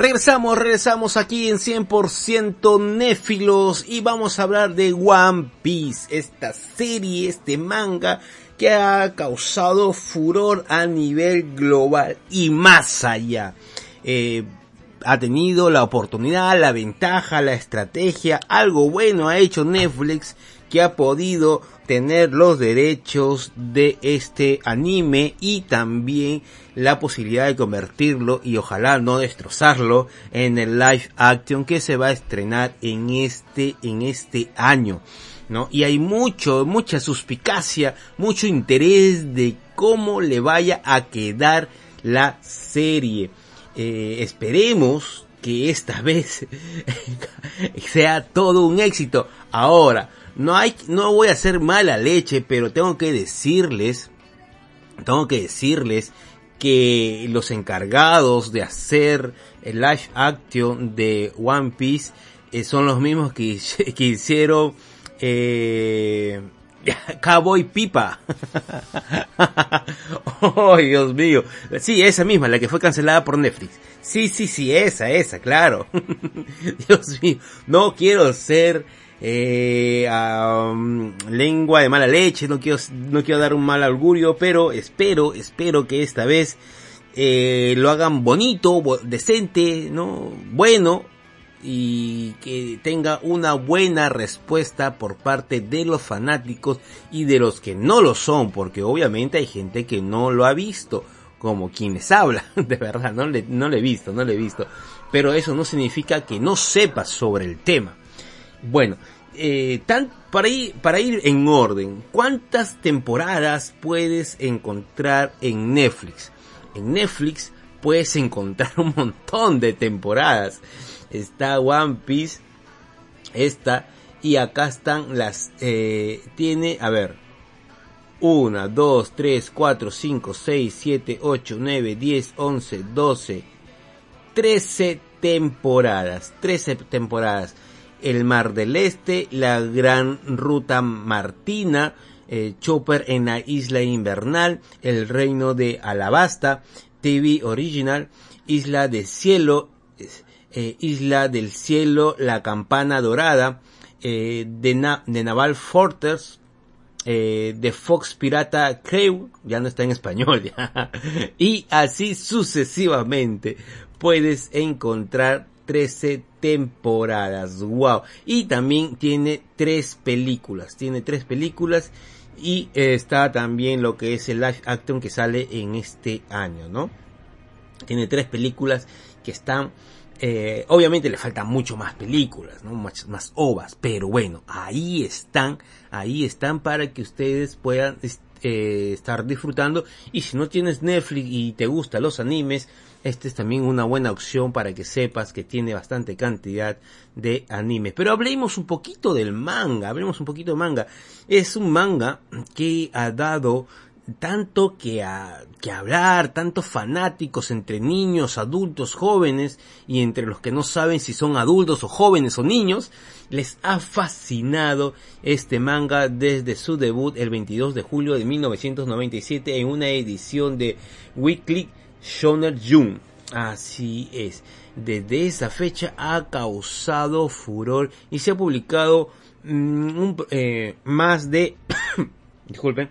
Regresamos aquí en 100% Néfilos y vamos a hablar de One Piece, esta serie, este manga que ha causado furor a nivel global y más allá. Ha tenido la oportunidad, la ventaja, la estrategia, algo bueno ha hecho Netflix, que ha podido tener los derechos de este anime y también la posibilidad de convertirlo y ojalá no destrozarlo en el live action que se va a estrenar en este año, ¿no? Y hay mucha suspicacia, mucho interés de cómo le vaya a quedar la serie. Esperemos que esta vez sea todo un éxito. Ahora, no voy a hacer mala leche, pero tengo que decirles que los encargados de hacer el live action de One Piece son los mismos que hicieron Cowboy Pipa. Oh, Dios mío. Sí, esa misma, la que fue cancelada por Netflix. Sí, esa, claro. Dios mío, no quiero ser lengua de mala leche, no quiero dar un mal augurio, pero espero que esta vez lo hagan bonito, decente, ¿no? Bueno, y que tenga una buena respuesta por parte de los fanáticos y de los que no lo son, porque obviamente hay gente que no lo ha visto, como quienes hablan, de verdad, no lo he visto, pero eso no significa que no sepa sobre el tema. Bueno, para ir en orden, ¿cuántas temporadas puedes encontrar en Netflix? En Netflix puedes encontrar un montón de temporadas. Está One Piece, y acá están las, tiene, a ver, 1, 2, 3, 4, 5, 6, 7, 8, 9, 10, 11, 12, 13 temporadas. El Mar del Este, la Gran Ruta Martina, Chopper en la Isla Invernal, El Reino de Alabasta, TV Original, Isla del Cielo, La Campana Dorada, de Naval Fortress, de Fox Pirata Crew, ya no está en español ya, y así sucesivamente puedes encontrar 13 temporadas. Wow. Y también tiene 3 películas, y está también lo que es el live action que sale en este año, ¿no? Tiene 3 películas que están, obviamente le faltan mucho más películas, ¿no? Más ovas, pero bueno, ahí están para que ustedes puedan estar disfrutando. Y si no tienes Netflix y te gustan los animes, esta es también una buena opción para que sepas que tiene bastante cantidad de animes. Pero hablemos un poquito del manga, Es un manga que ha dado tanto que hablar, tantos fanáticos entre niños, adultos, jóvenes, y entre los que no saben si son adultos o jóvenes o niños, les ha fascinado este manga desde su debut el 22 de julio de 1997 en una edición de Weekly Shonen Jump. Así es, desde esa fecha ha causado furor y se ha publicado más de disculpen,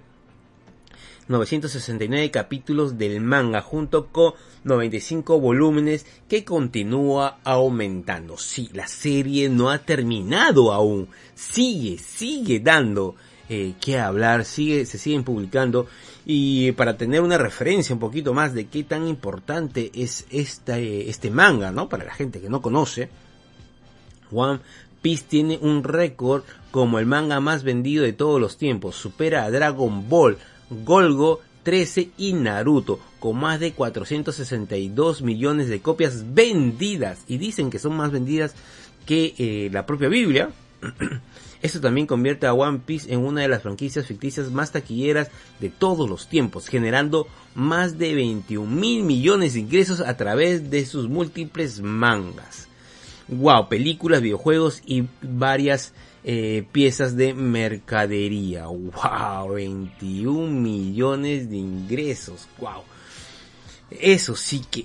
969 capítulos del manga, junto con 95 volúmenes, que continúa aumentando. Sí, la serie no ha terminado aún, sigue dando que hablar, se siguen publicando. Y para tener una referencia un poquito más de qué tan importante es este manga, ¿no? Para la gente que no conoce, One Piece tiene un récord como el manga más vendido de todos los tiempos. Supera a Dragon Ball, Golgo 13 y Naruto, con más de 462 millones de copias vendidas. Y dicen que son más vendidas que la propia Biblia. Esto también convierte a One Piece en una de las franquicias ficticias más taquilleras de todos los tiempos, generando más de 21 mil millones de ingresos a través de sus múltiples mangas. Wow, películas, videojuegos y varias piezas de mercadería. Wow, 21 millones de ingresos. Wow. eso sí que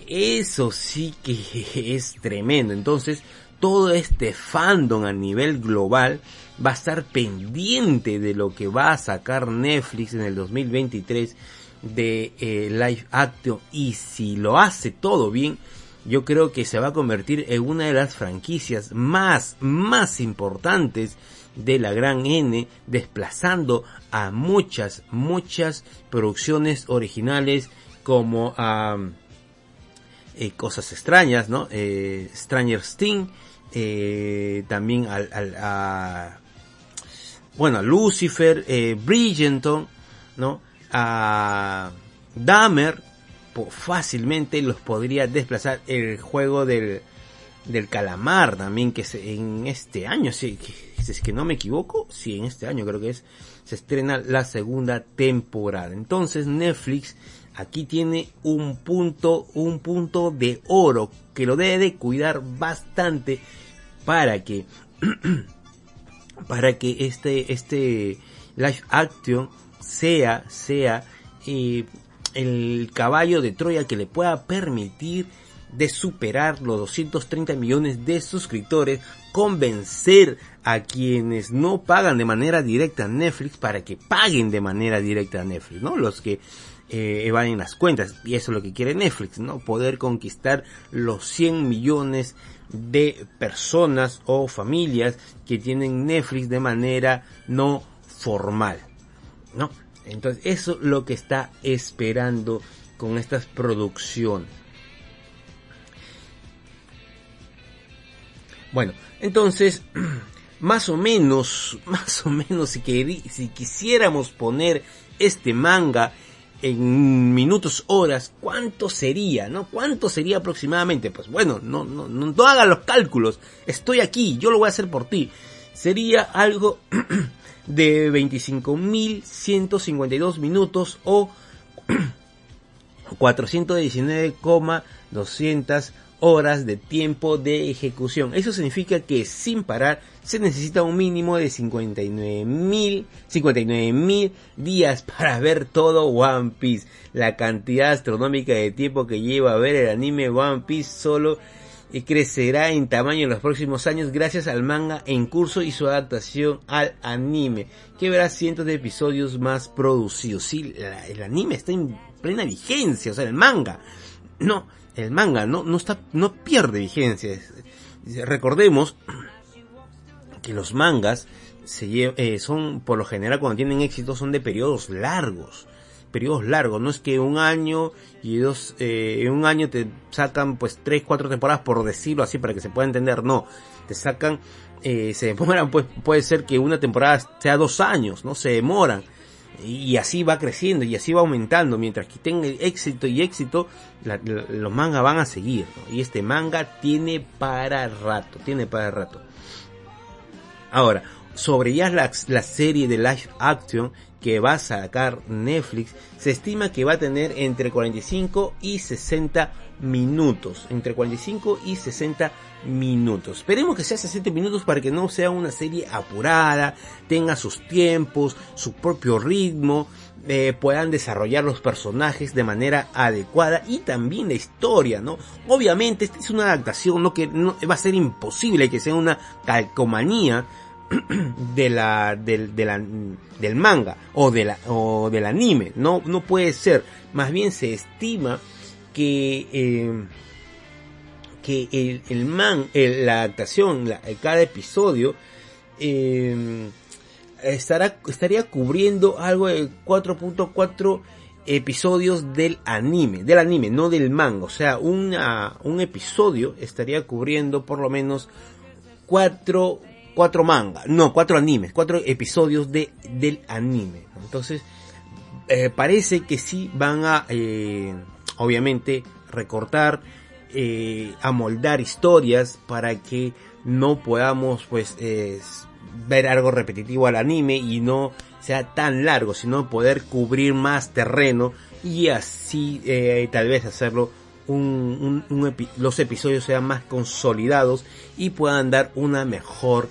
es tremendo. Entonces, todo este fandom a nivel global va a estar pendiente de lo que va a sacar Netflix en el 2023 de live action, y si lo hace todo bien, yo creo que se va a convertir en una de las franquicias más importantes de la gran N, desplazando a muchas producciones originales como Cosas Extrañas, ¿no? Stranger Things, también a Lucifer, Bridgerton, ¿no? A Dahmer, fácilmente los podría desplazar. El juego del calamar también, que en este año, si es que no me equivoco, sí, en este año creo que se estrena la segunda temporada. Entonces Netflix aquí tiene un punto de oro que lo debe de cuidar bastante para que este live action sea el caballo de Troya que le pueda permitir de superar los 230 millones de suscriptores, convencer a quienes no pagan de manera directa a Netflix para que paguen de manera directa a Netflix, ¿no? Los que evaden las cuentas, y eso es lo que quiere Netflix, ¿no? Poder conquistar los 100 millones de personas o familias que tienen Netflix de manera no formal, ¿no? Entonces eso es lo que está esperando con estas producciones. Bueno, entonces más o menos si quisiéramos poner este manga en minutos, horas, ¿cuánto sería, no? ¿Cuánto sería aproximadamente? Pues bueno, no hagan los cálculos, estoy aquí, yo lo voy a hacer por ti. Sería algo de 25.152 minutos o 419,200 horas de tiempo de ejecución. Eso significa que sin parar se necesita un mínimo de 59.000 días para ver todo One Piece. La cantidad astronómica de tiempo que lleva a ver el anime One Piece solo crecerá en tamaño en los próximos años gracias al manga en curso y su adaptación al anime, que verá cientos de episodios más producidos. Sí, el anime está en plena vigencia, o sea, el manga no pierde vigencia. Recordemos que los mangas son, por lo general, cuando tienen éxito, son de periodos largos. No es que un año y en un año te sacan pues 3-4 temporadas, por decirlo así, para que se pueda entender. No, te sacan, se demoran, pues puede ser que una temporada sea 2 años, ¿no? Se demoran. Y así va creciendo y así va aumentando. Mientras que tenga éxito, los mangas van a seguir, ¿no? Y este manga tiene para rato. Ahora, sobre ya la serie de live action que va a sacar Netflix, se estima que va a tener entre 45 y 60 minutos. Esperemos que sea 60 minutos para que no sea una serie apurada, tenga sus tiempos, su propio ritmo, puedan desarrollar los personajes de manera adecuada y también la historia, ¿no? Obviamente esta es una adaptación, no que no va a ser imposible que sea una calcomanía del manga o del anime. No puede ser. Más bien se estima que la adaptación, cada episodio estaría cubriendo algo de 4.4 episodios del anime, no del manga. O sea, un episodio estaría cubriendo por lo menos 4 episodios del anime. Entonces, parece que sí van a, obviamente, recortar, amoldar historias para que no podamos, pues, ver algo repetitivo al anime y no sea tan largo, sino poder cubrir más terreno y así, tal vez hacerlo los episodios sean más consolidados y puedan dar una mejor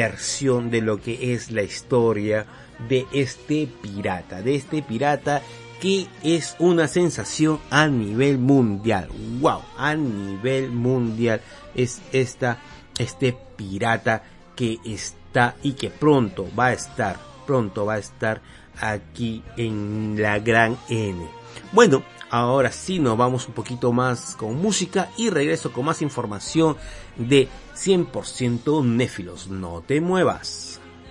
versión de lo que es la historia de este pirata que es una sensación a nivel mundial. Wow, a nivel mundial es este pirata que está y que pronto va a estar aquí en la Gran N. Bueno, ahora sí nos vamos un poquito más con música y regreso con más información de 100% Néfilos. No te muevas.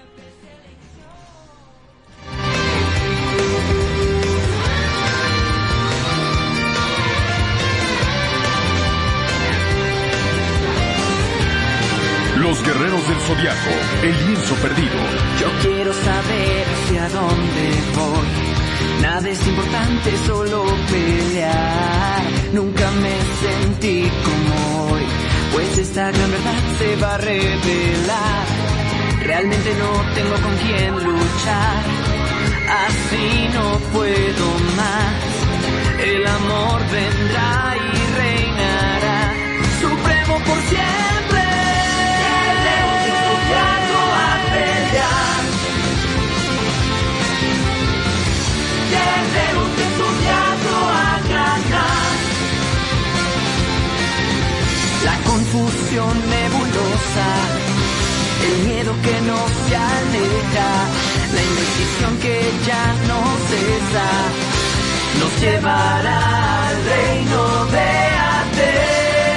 Los guerreros del Zodiaco, el lienzo perdido. Yo quiero saber hacia dónde voy. Nada es importante, solo pelear. Nunca me sentí como hoy, pues esta gran verdad se va a revelar. Realmente no tengo con quién luchar, así no puedo más. El amor vendrá y reinará, supremo por siempre. La confusión nebulosa, el miedo que no se aleja, la indecisión que ya no cesa, nos llevará al reino de Atenas.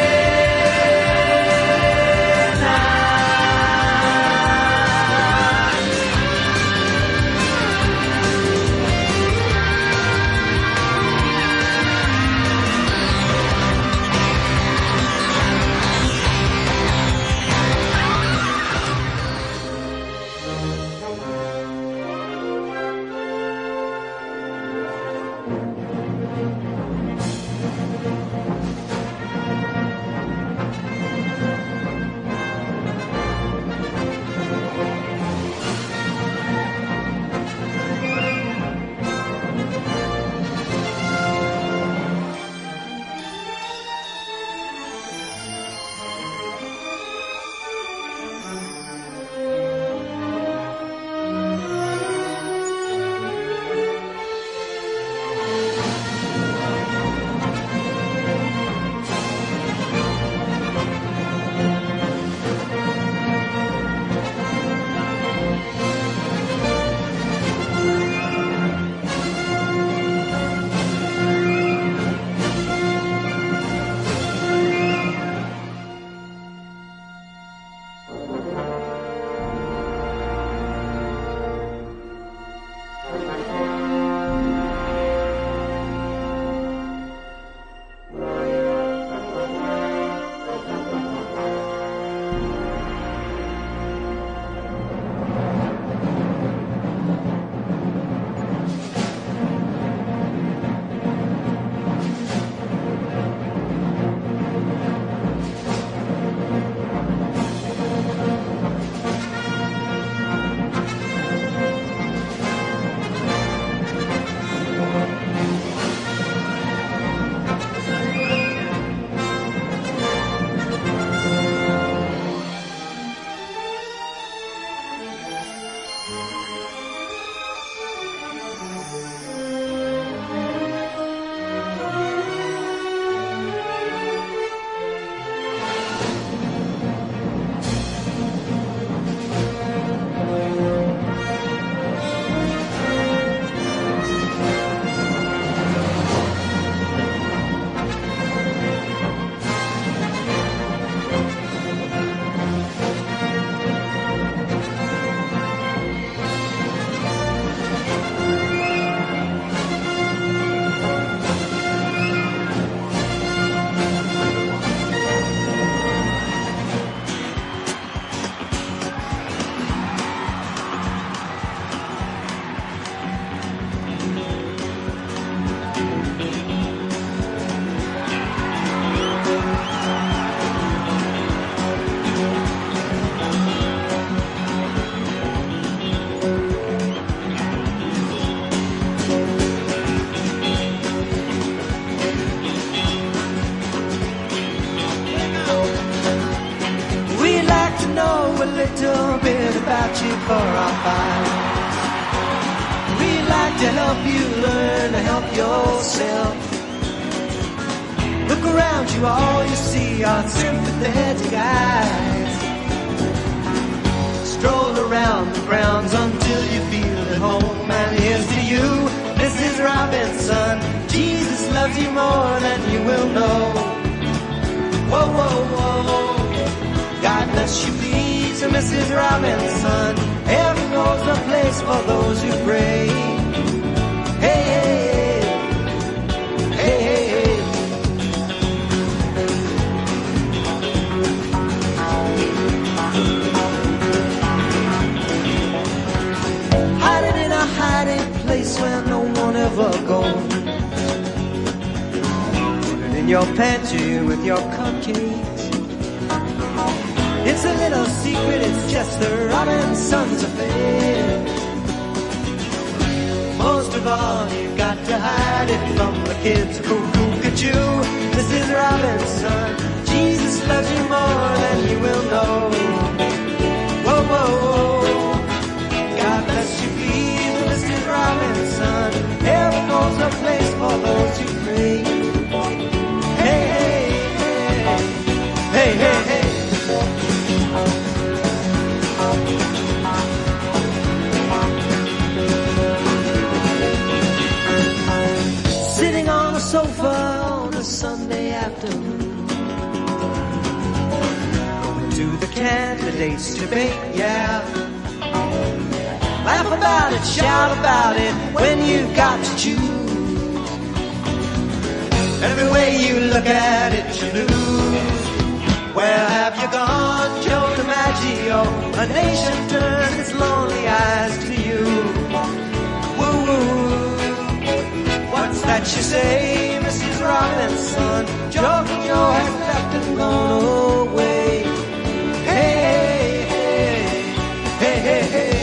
little bit about you for our file. We'd like to help you learn help yourself. Look around you, all you see are sympathetic eyes. Stroll around the grounds until you feel at home. And here's to you, Mrs. Robinson. Jesus loves you more than you will know. Whoa, whoa, whoa. God bless you, please, Mrs. Robinson. Heaven knows a place for those who pray. Hey, hey, hey, hey, hey, hey. Hiding in a hiding place where no one ever goes. Put it in your pantry with your cupcakes. It's a little secret, it's just the Robinsons' affair. Most of all, you've got to hide it from the kids who look at you. Mrs. Robinson, Jesus loves you more than you will know. Whoa, whoa, whoa. God bless you, please, Mrs. Robinson. Heaven knows a place for those who pray. Hey, hey, hey, hey, hey, hey. Sitting on a sofa on a Sunday afternoon, going to the candidates debate, yeah. Laugh about it, shout about it when you've got to choose. Every way you look at it, you lose. Where have you gone, Joe DiMaggio? A nation turned its lonely eyes to you. Woo woo. What's that you say, Mrs. Robinson? Joking your head left and gone away. Hey, hey, hey, hey, hey.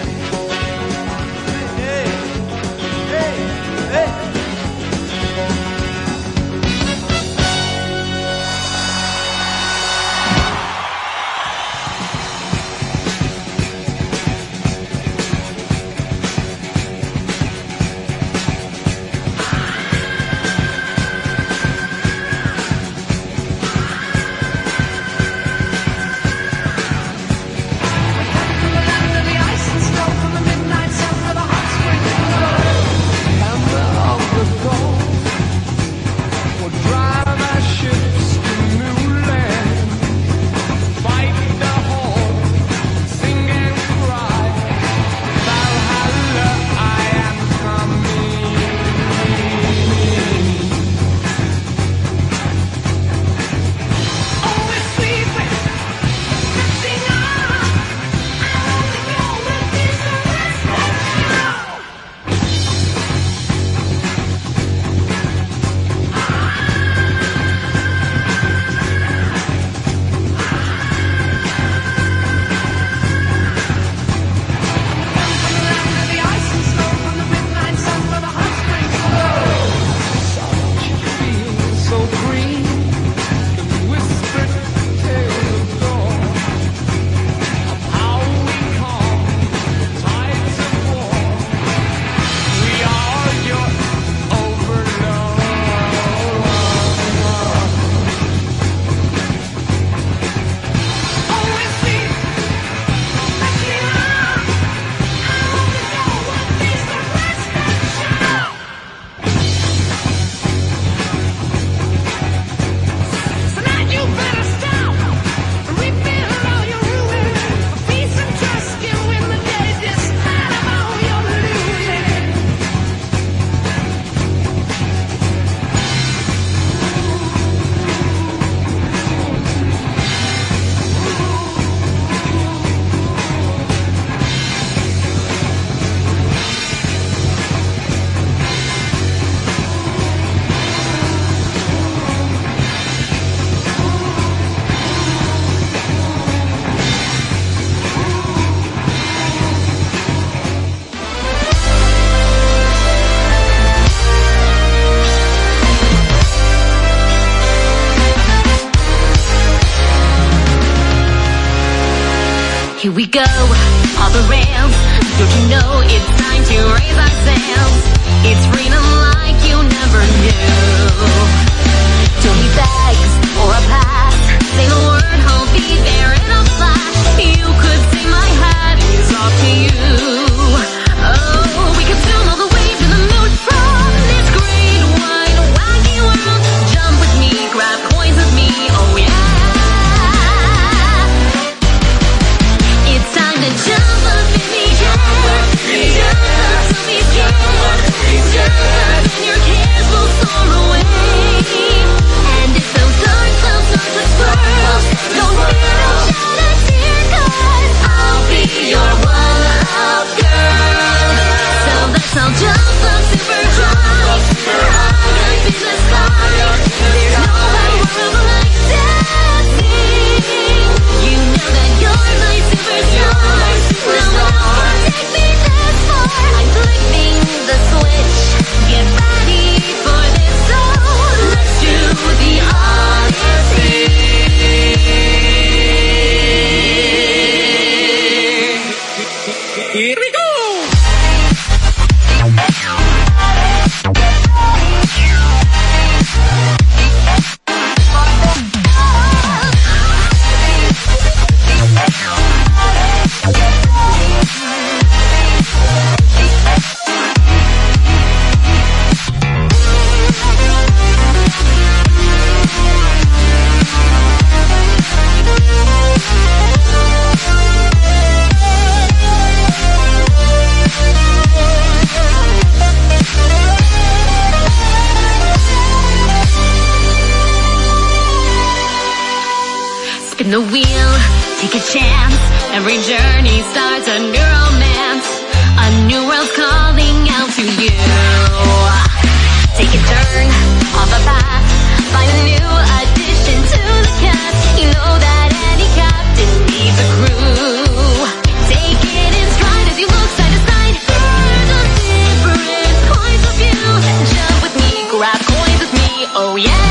Here we go, all the rails. Don't you know it's time to raise ourselves? It's freedom like you never knew. Don't need bags or a pass. Say the word, I'll be there in a flash. You could see my hat, it's off to you. Oh, we could film all the way to the moon from this great wide wacky world. Jump with me, grab coins with me, oh yeah. It's time to jump up in the air. Jump up, don't be scared. Jump up and your cares will soar away. And if those dark clouds start to swirl, don't fear and shed a tear, 'cause I'll be your one-up girl. So let's all jump up super high, high up in the sky. There's nowhere more like dancing. You know that you're my superstar. No one can take me this far. I'm flipping the switch. Get ready for this, so let's do the Odyssey. Here we go! Spin the wheel, take a chance. Every journey starts a new romance. A new world's calling out to you. Take a turn off the path. Find a new addition to the cast. You know that any captain needs a crew. Take it in stride as you look side to side. Hear the different points of view. Jump with me, grab coins with me, oh yeah.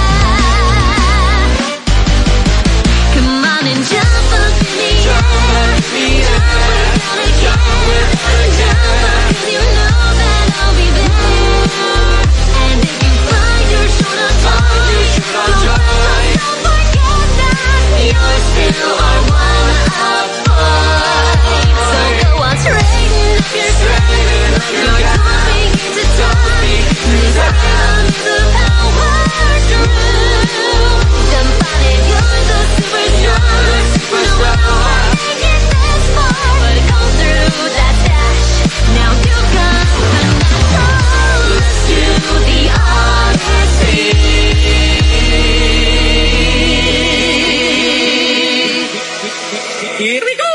Jump up in the air, jump without a care. Jump up 'cause you know that I'll be there. And if you find you're short on time, don't forget that you're still our one-up boy. So go on, straighten up your stride. You're jumping into time. This rhythm is the power through. Jump on it, you're the superstar. No one can get this far, but go through that dash. Now you got control. Let's do the Odyssey. Here we go.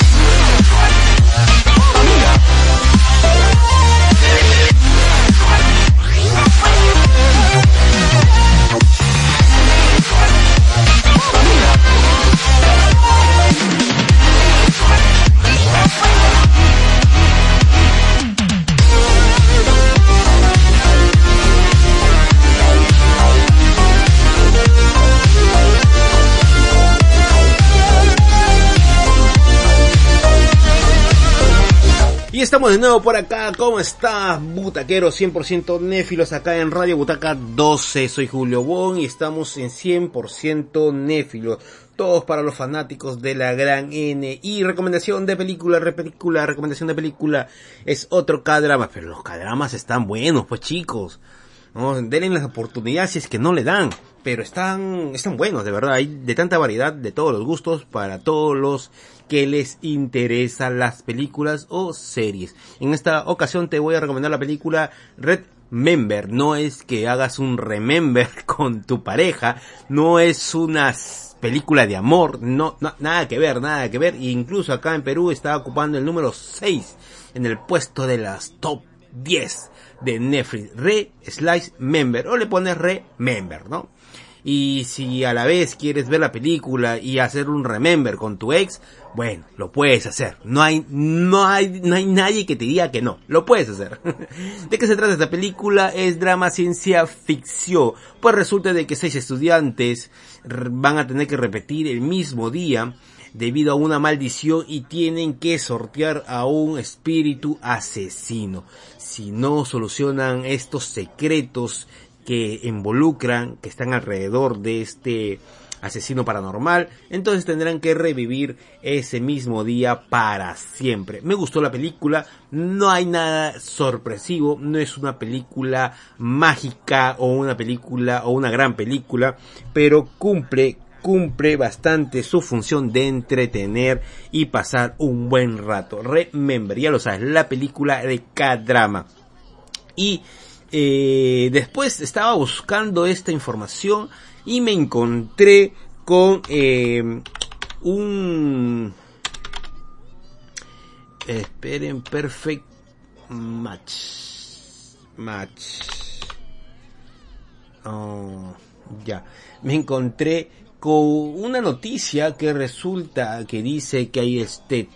Y estamos de nuevo por acá. ¿Cómo está, butaqueros 100% néfilos? Acá en Radio Butaca 12. Soy Julio Bon y estamos en 100% néfilos. Todos para los fanáticos de la gran N. Y recomendación de película, recomendación de película es otro K-drama. Pero los K-dramas están buenos, pues chicos. ¿No? Denle las oportunidades si es que no le dan. Pero están buenos, de verdad. Hay de tanta variedad, de todos los gustos, para todos los que les interesan las películas o series. En esta ocasión te voy a recomendar la película Remember. No es que hagas un remember con tu pareja, no es una película de amor, no, nada que ver. Incluso acá en Perú está ocupando el número 6 en el puesto de las top 10 de Netflix. Remember, o le pones Remember, ¿no? Y si a la vez quieres ver la película y hacer un remember con tu ex, bueno, lo puedes hacer. No hay nadie que te diga que no. Lo puedes hacer. ¿De qué se trata esta película? Es drama ciencia ficción. Pues resulta de que 6 estudiantes van a tener que repetir el mismo día debido a una maldición y tienen que sortear a un espíritu asesino. Si no solucionan estos secretos que involucran, que están alrededor de este asesino paranormal, entonces tendrán que revivir ese mismo día para siempre. Me gustó la película, no hay nada sorpresivo, no es una película mágica o una película o una gran película, pero cumple bastante su función de entretener y pasar un buen rato. Remember, ya lo sabes, la película de K-Drama. Y después estaba buscando esta información y me encontré con Perfect Match. Ya, me encontré con una noticia que resulta que dice que hay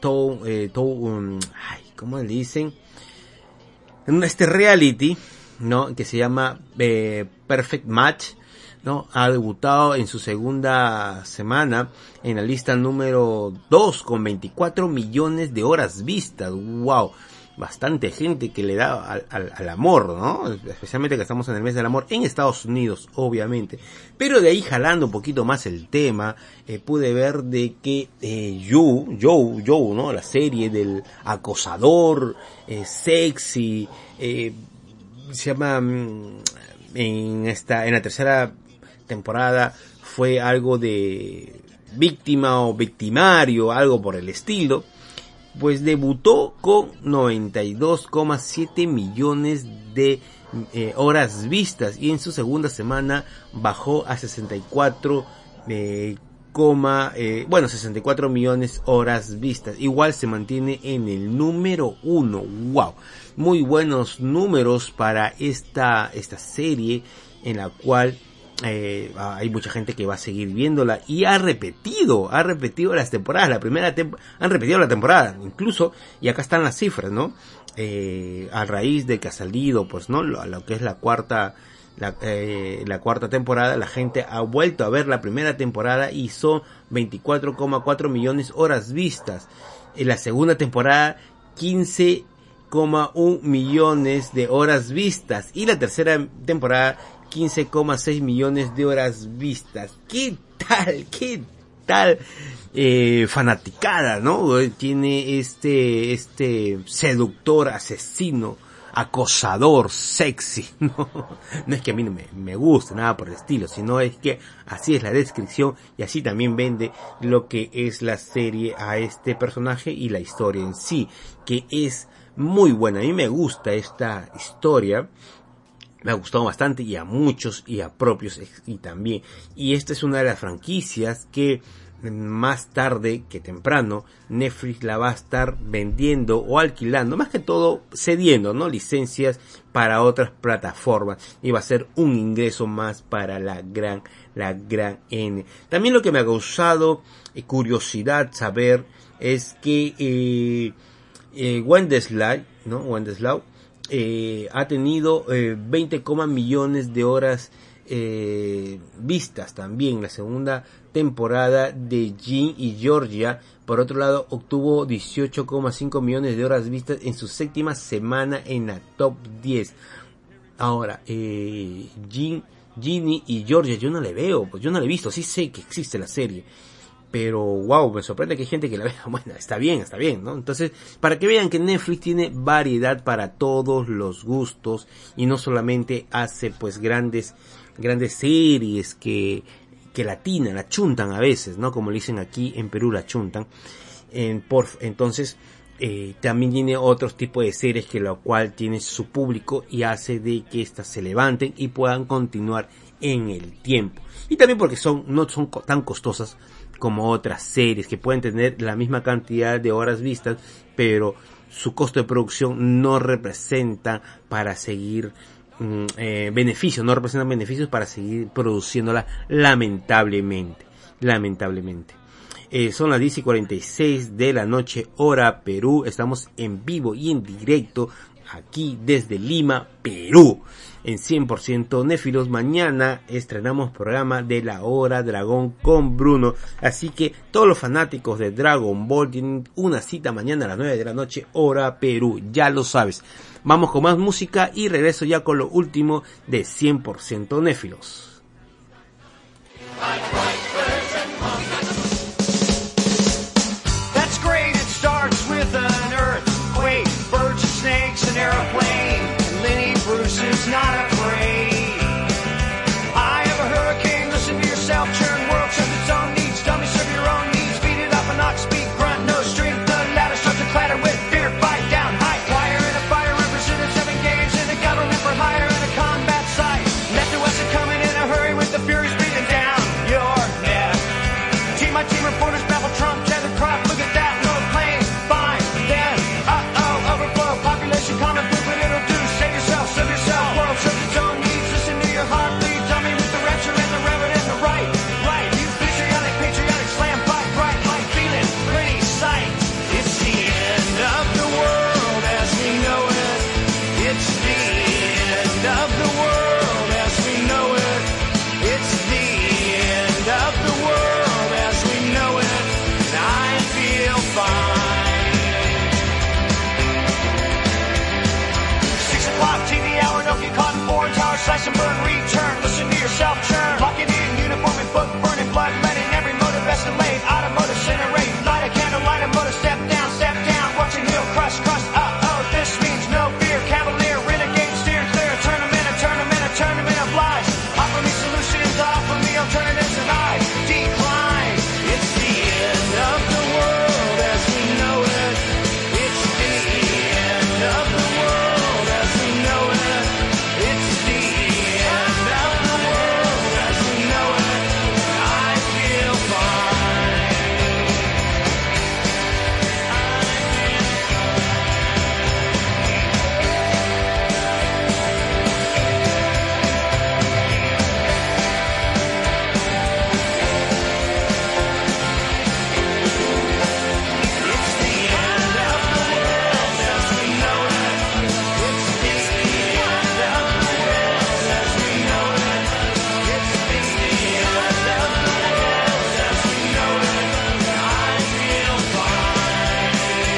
¿cómo le dicen? Este reality, ¿no? Que se llama Perfect Match, ¿no? Ha debutado en su segunda semana en la lista número 2 con 24 millones de horas vistas. ¡Wow! Bastante gente que le da al amor, ¿no? Especialmente que estamos en el mes del amor en Estados Unidos, obviamente. Pero de ahí, jalando un poquito más el tema, pude ver de que Joe, ¿no? La serie del acosador sexy, se llama en la tercera temporada fue algo de víctima o victimario, algo por el estilo. Pues debutó con 92,7 millones de horas vistas y en su segunda semana bajó a 64 millones horas vistas. Igual se mantiene en el número 1. Wow, muy buenos números para esta serie, en la cual hay mucha gente que va a seguir viéndola y ha repetido las temporadas. Han repetido la temporada incluso, y acá están las cifras, ¿no? A raíz de que ha salido, pues, ¿no? Lo que es la cuarta temporada, la gente ha vuelto a ver la primera temporada y son 24,4 millones horas vistas. En la segunda temporada, 15,1 millones de horas vistas, y la tercera temporada 15,6 millones de horas vistas. ¿Qué tal fanaticada, ¿no? Tiene este seductor, asesino, acosador, sexy, ¿no? No es que a mí no me guste nada por el estilo, sino es que así es la descripción y así también vende lo que es la serie a este personaje y la historia en sí, que es muy buena. A mí me gusta esta historia. Me ha gustado bastante, y a muchos y a propios y también. Y esta es una de las franquicias que más tarde que temprano Netflix la va a estar vendiendo o alquilando, más que todo cediendo, ¿no? Licencias para otras plataformas, y va a ser un ingreso más para la gran N. También lo que me ha causado curiosidad saber es que Wenceslao, ¿no? Wenceslao ha tenido 20, millones de horas vistas también. La segunda temporada de Ginny y Georgia, por otro lado, obtuvo 18,5 millones de horas vistas en su séptima semana en la top 10. Ahora, Ginny y Georgia yo no le veo, pues yo no le he visto. Sí sé que existe la serie, pero wow, me sorprende que hay gente que la vea. Bueno, está bien, ¿no? Entonces, para que vean que Netflix tiene variedad para todos los gustos, y no solamente hace pues grandes series que la chuntan a veces, ¿no? Como le dicen aquí en Perú, la chuntan. Entonces, también tiene otros tipos de series que lo cual tiene su público y hace de que éstas se levanten y puedan continuar en el tiempo. Y también porque no son tan costosas como otras series que pueden tener la misma cantidad de horas vistas, pero su costo de producción no representa para seguir beneficios para seguir produciéndola, lamentablemente. Son las 10:46 de la noche, hora Perú. Estamos en vivo y en directo aquí desde Lima, Perú, en 100% Néfilos. Mañana estrenamos programa de la Hora Dragón con Bruno, así que todos los fanáticos de Dragon Ball tienen una cita mañana a las 9 de la noche, hora Perú, ya lo sabes. Vamos con más música y regreso ya con lo último de 100% Néfilos. That's great, it starts with an earthquake, birds and snakes, an airplane. Lenny Bruce is not afraid. I have a hurricane, listen to yourself, churn, world serves its own needs, dummy serve your own needs, beat it up and ox, speak, grunt, no strength, the ladder starts to clatter with fear, fight down, high wire in a fire, represented 7 games in a government for hire in a combat site. Left and west are coming in a hurry with the furies breathing down your neck. Team my team reporters babble Trump, tether crop, look at that, no plane, fine, then, overflow, population common food, but it'll do, save yourself, serve yourself, world serves its own needs, listen to your heartbeat, dummy with the rapture and the reverend and the right, you patriotic, slam, fight, bright, light, feeling, pretty sight, it's the end of the world as we know it, it's the end of the world as we know it, it's the end of the world as we know it, and I feel fine. 6 o'clock, TV hour, don't get caught in foreign tower, slice and burn, return, listen to yourself churn, lock it in, uniform and book, burning blood, letting every motive escalate, automotive incinerate, light a candle, light a motor, step down, watching hill crush, this means no fear, cavalier, renegade, steer clear, tournament of lies, offer me solutions, offer me alternatives, and I decline. It's the end of the world as we know it, it's the end of the world as we know it, it's the end of the world as we know it, I feel fine. It's the end of the world as we know it, it's the end of the world as we know it, it's the end of the world as we know it, I feel fine.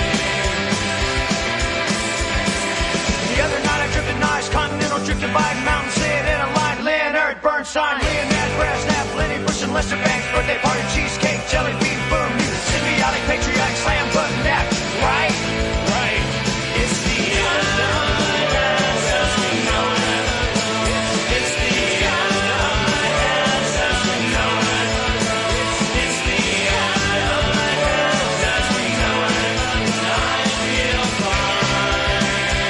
The other night I drifted nice, continental drifted by mountain, sit in a line, Leonard Bernstein, Leonard Brezhnev, Lenny Bruce and Lester Banks, birthday party, cheesecake, jelly bean, boom, symbiotic, patriotic, slam, button, that, right, it's the end of the world as we know it, it's the end of the world as we know it, it's the end of the world as we know it, and I feel fine.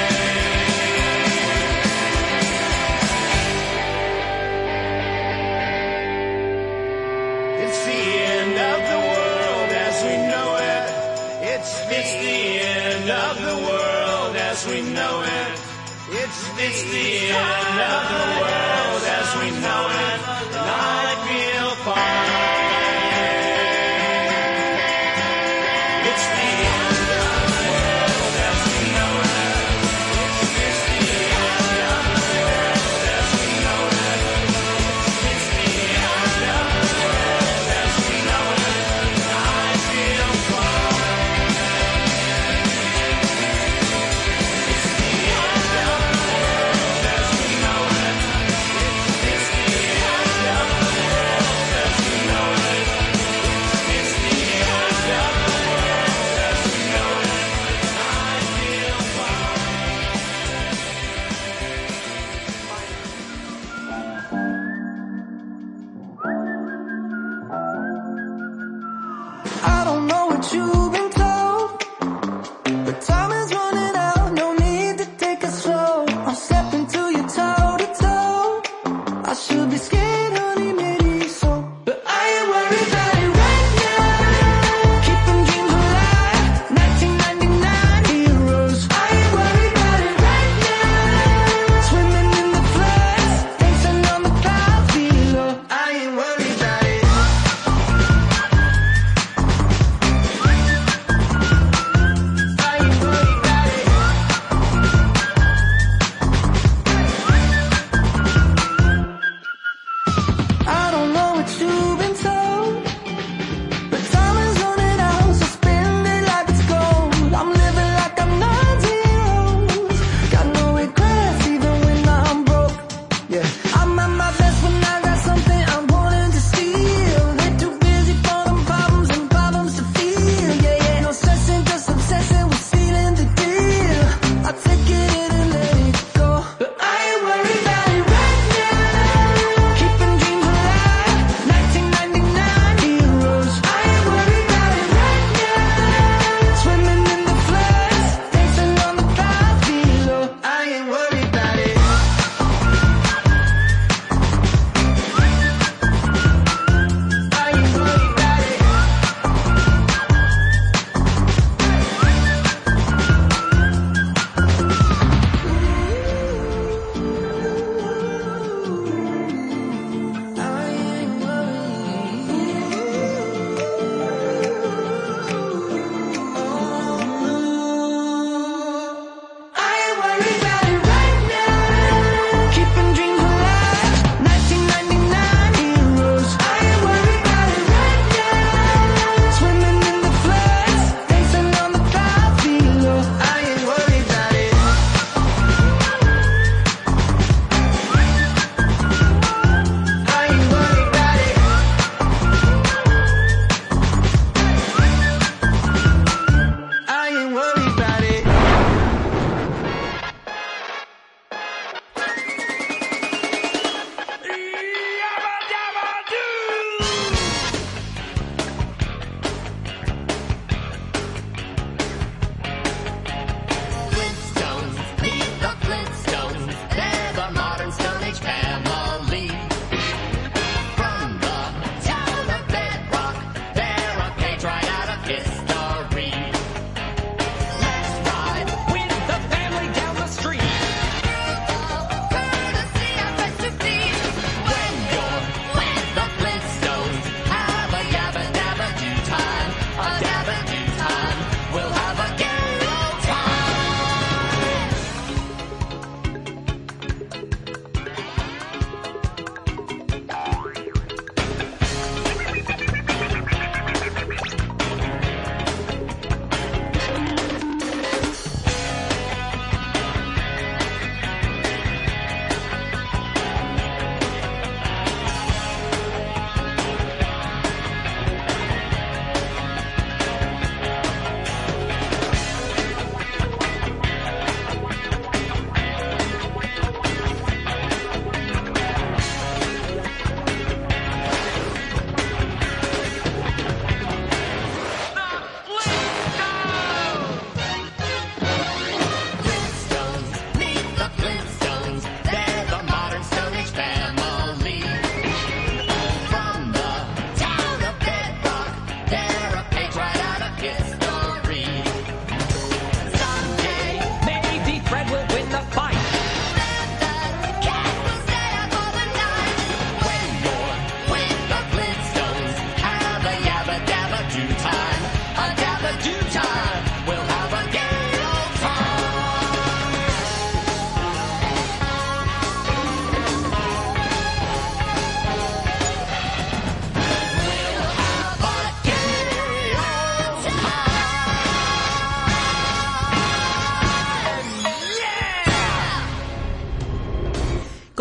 It's the end of the world as we know it. It's the end of the world as we know it. It's the end of the world as we know it. And I feel fine. It's the end of the world as we know it. It's the end of the world as we know it. It's the end of the world as we know it. And I feel fine. It's the end of the world as we know it. It's the end of the world as we know it. It's the end of the world as we know it. And I feel fine. I don't know what you've been told, but time is running out, no need to take it slow. I'm stepping to you toe to toe. I should be scared, honey, maybe so, but I ain't worried about it right now. Keeping dreams alive, 1999 heroes. I ain't worried about it right now. Swimming in the floods, dancing on the clouds below. I ain't worried about it.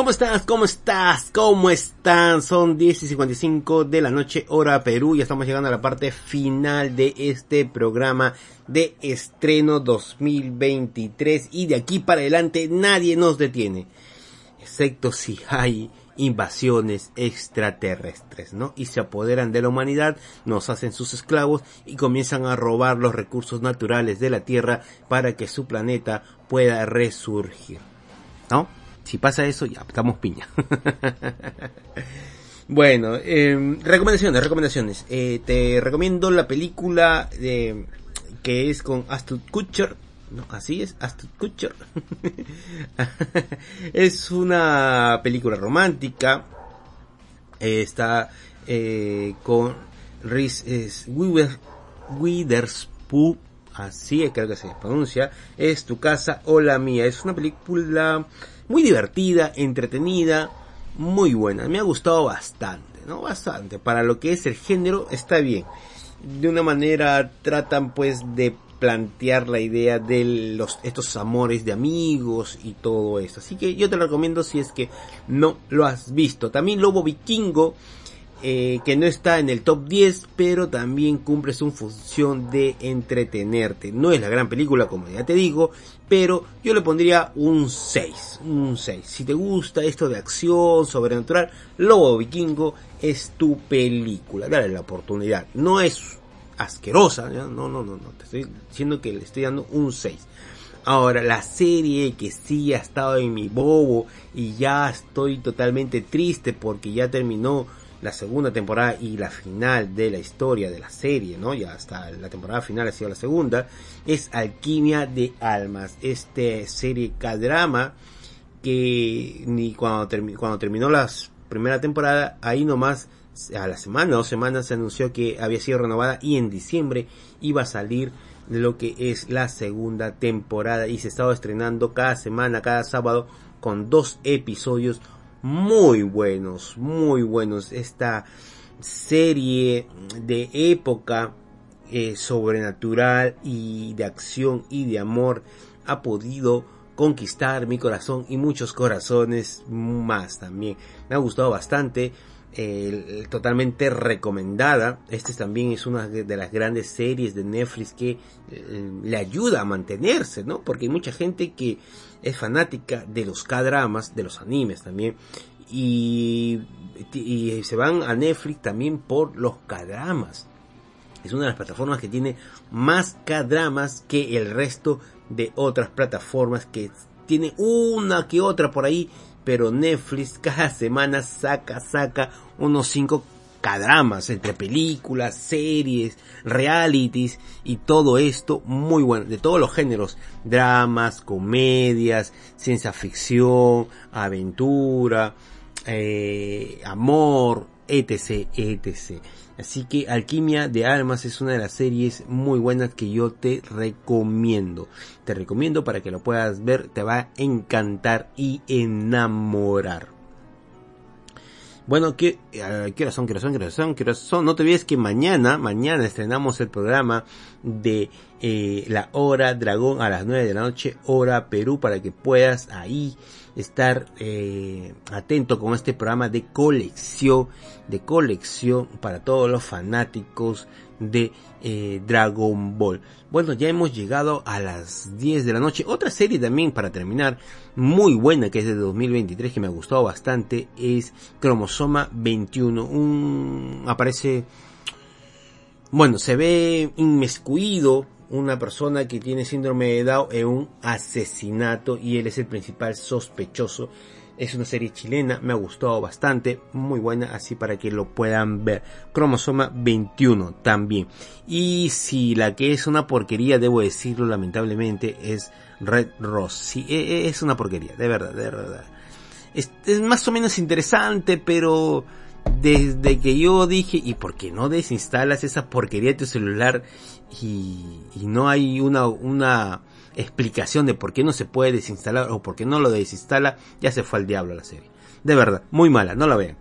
¿Cómo estás? ¿Cómo estás? ¿Cómo están? Son 10:55 de la noche, hora Perú. Ya estamos llegando a la parte final de este programa de estreno 2023. Y de aquí para adelante nadie nos detiene. Excepto si hay invasiones extraterrestres, ¿no? Y se apoderan de la humanidad, nos hacen sus esclavos y comienzan a robar los recursos naturales de la Tierra para que su planeta pueda resurgir, ¿no? Si pasa eso, ya estamos piña. Bueno, recomendaciones. Te recomiendo la película que es con Ashton Kutcher. No, así es, Ashton Kutcher. Es una película romántica. Está con Reese Witherspoon. Así creo que se pronuncia. Es Tu casa o la mía. Es una película muy divertida, entretenida, muy buena. Me ha gustado bastante, ¿no? Bastante. Para lo que es el género, está bien. De una manera tratan pues de plantear la idea de estos amores de amigos y todo eso. Así que yo te lo recomiendo si es que no lo has visto. También Lobo Vikingo, que no está en el top 10, pero también cumple su función de entretenerte. No es la gran película, como ya te digo, pero yo le pondría un 6. Si te gusta esto de acción, sobrenatural, Lobo Vikingo es tu película. Dale la oportunidad. No es asquerosa, ¿ya? No. Te estoy diciendo que le estoy dando un 6. Ahora, la serie que sí ha estado en mi bobo y ya estoy totalmente triste porque ya terminó la segunda temporada y la final de la historia de la serie, ¿no? Ya hasta la temporada final ha sido la segunda. Es Alquimia de Almas. Serie K-drama que ni cuando terminó la primera temporada, ahí nomás a la semana, 2 semanas se anunció que había sido renovada y en diciembre iba a salir lo que es la segunda temporada y se estaba estrenando cada semana, cada sábado con 2 episodios muy buenos. Esta serie de época sobrenatural y de acción y de amor ha podido conquistar mi corazón y muchos corazones más también. Me ha gustado bastante, totalmente recomendada. También es una de las grandes series de Netflix que le ayuda a mantenerse, ¿no? Porque hay mucha gente que es fanática de los K-dramas, de los animes también, y se van a Netflix también por los K-dramas. Es una de las plataformas que tiene más K-dramas que el resto de otras plataformas, que tiene una que otra por ahí, pero Netflix cada semana saca unos 5 K-dramas entre películas, series, realities y todo esto muy bueno, de todos los géneros: dramas, comedias, ciencia ficción, aventura, amor, etc. Así que Alquimia de Almas es una de las series muy buenas que yo te recomiendo. Te recomiendo para que lo puedas ver, te va a encantar y enamorar. Bueno, ¿qué horas son? No te olvides que mañana estrenamos el programa de La Hora Dragón a las 9 de la noche, hora Perú, para que puedas ahí estar atento con este programa de colección para todos los fanáticos de Dragon Ball. Bueno, ya hemos llegado a las 10 de la noche. Otra serie también para terminar, muy buena, que es de 2023, que me ha gustado bastante, es Cromosoma 21. Se ve inmiscuido una persona que tiene síndrome de Down en un asesinato y él es el principal sospechoso. Es una serie chilena, me ha gustado bastante, muy buena, así para que lo puedan ver. Cromosoma 21 también. Y si la que es una porquería, debo decirlo lamentablemente, es Red Rose. Sí, es una porquería, de verdad. Es más o menos interesante, pero desde que yo dije, ¿y por qué no desinstalas esa porquería de tu celular? Y no hay una explicación de por qué no se puede desinstalar o por qué no lo desinstala, ya se fue al diablo la serie. De verdad, muy mala, no la vean.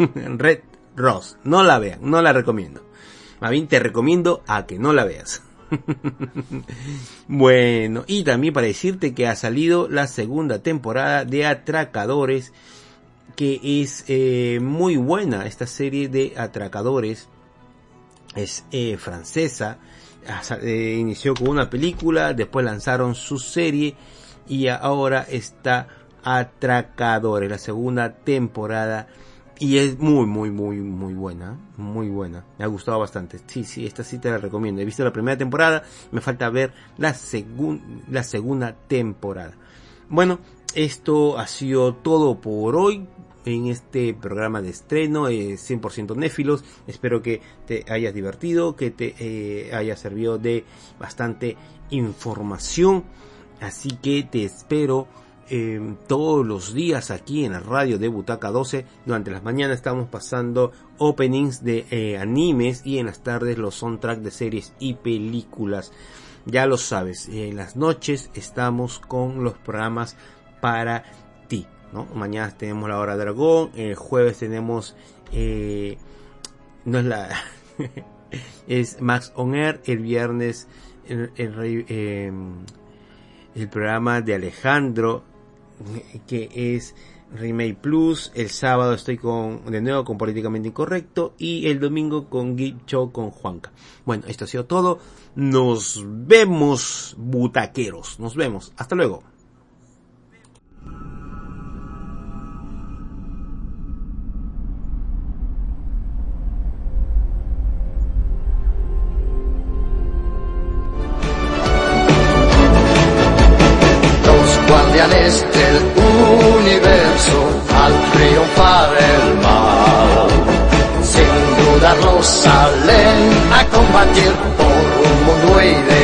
Red Rose, no la vean, no la recomiendo. Más bien te recomiendo a que no la veas. Bueno, y también para decirte que ha salido la segunda temporada de Atracadores, que es muy buena. Esta serie de Atracadores es francesa. Inició con una película, después lanzaron su serie y ahora está Atracadores, la segunda temporada, y es muy buena, muy buena. Me ha gustado bastante. Sí, esta sí te la recomiendo. He visto la primera temporada, me falta ver la segunda temporada. Bueno, esto ha sido todo por hoy en este programa de estreno 100% Néfilos. Espero que te hayas divertido, que te haya servido de bastante información. Así que te espero todos los días aquí en la radio de Butaca 12. Durante las mañanas estamos pasando openings de animes y en las tardes los soundtracks de series y películas. Ya lo sabes, en las noches estamos con los programas para ti, ¿no? Mañana tenemos la hora dragón, el jueves tenemos no es la es Max on Air, el viernes el programa de Alejandro, que es Remake Plus. El sábado estoy de nuevo con Políticamente Incorrecto, y el domingo con Geek Show con Juanca. Bueno, esto ha sido todo. Nos vemos, butaqueros. Nos vemos. Hasta luego.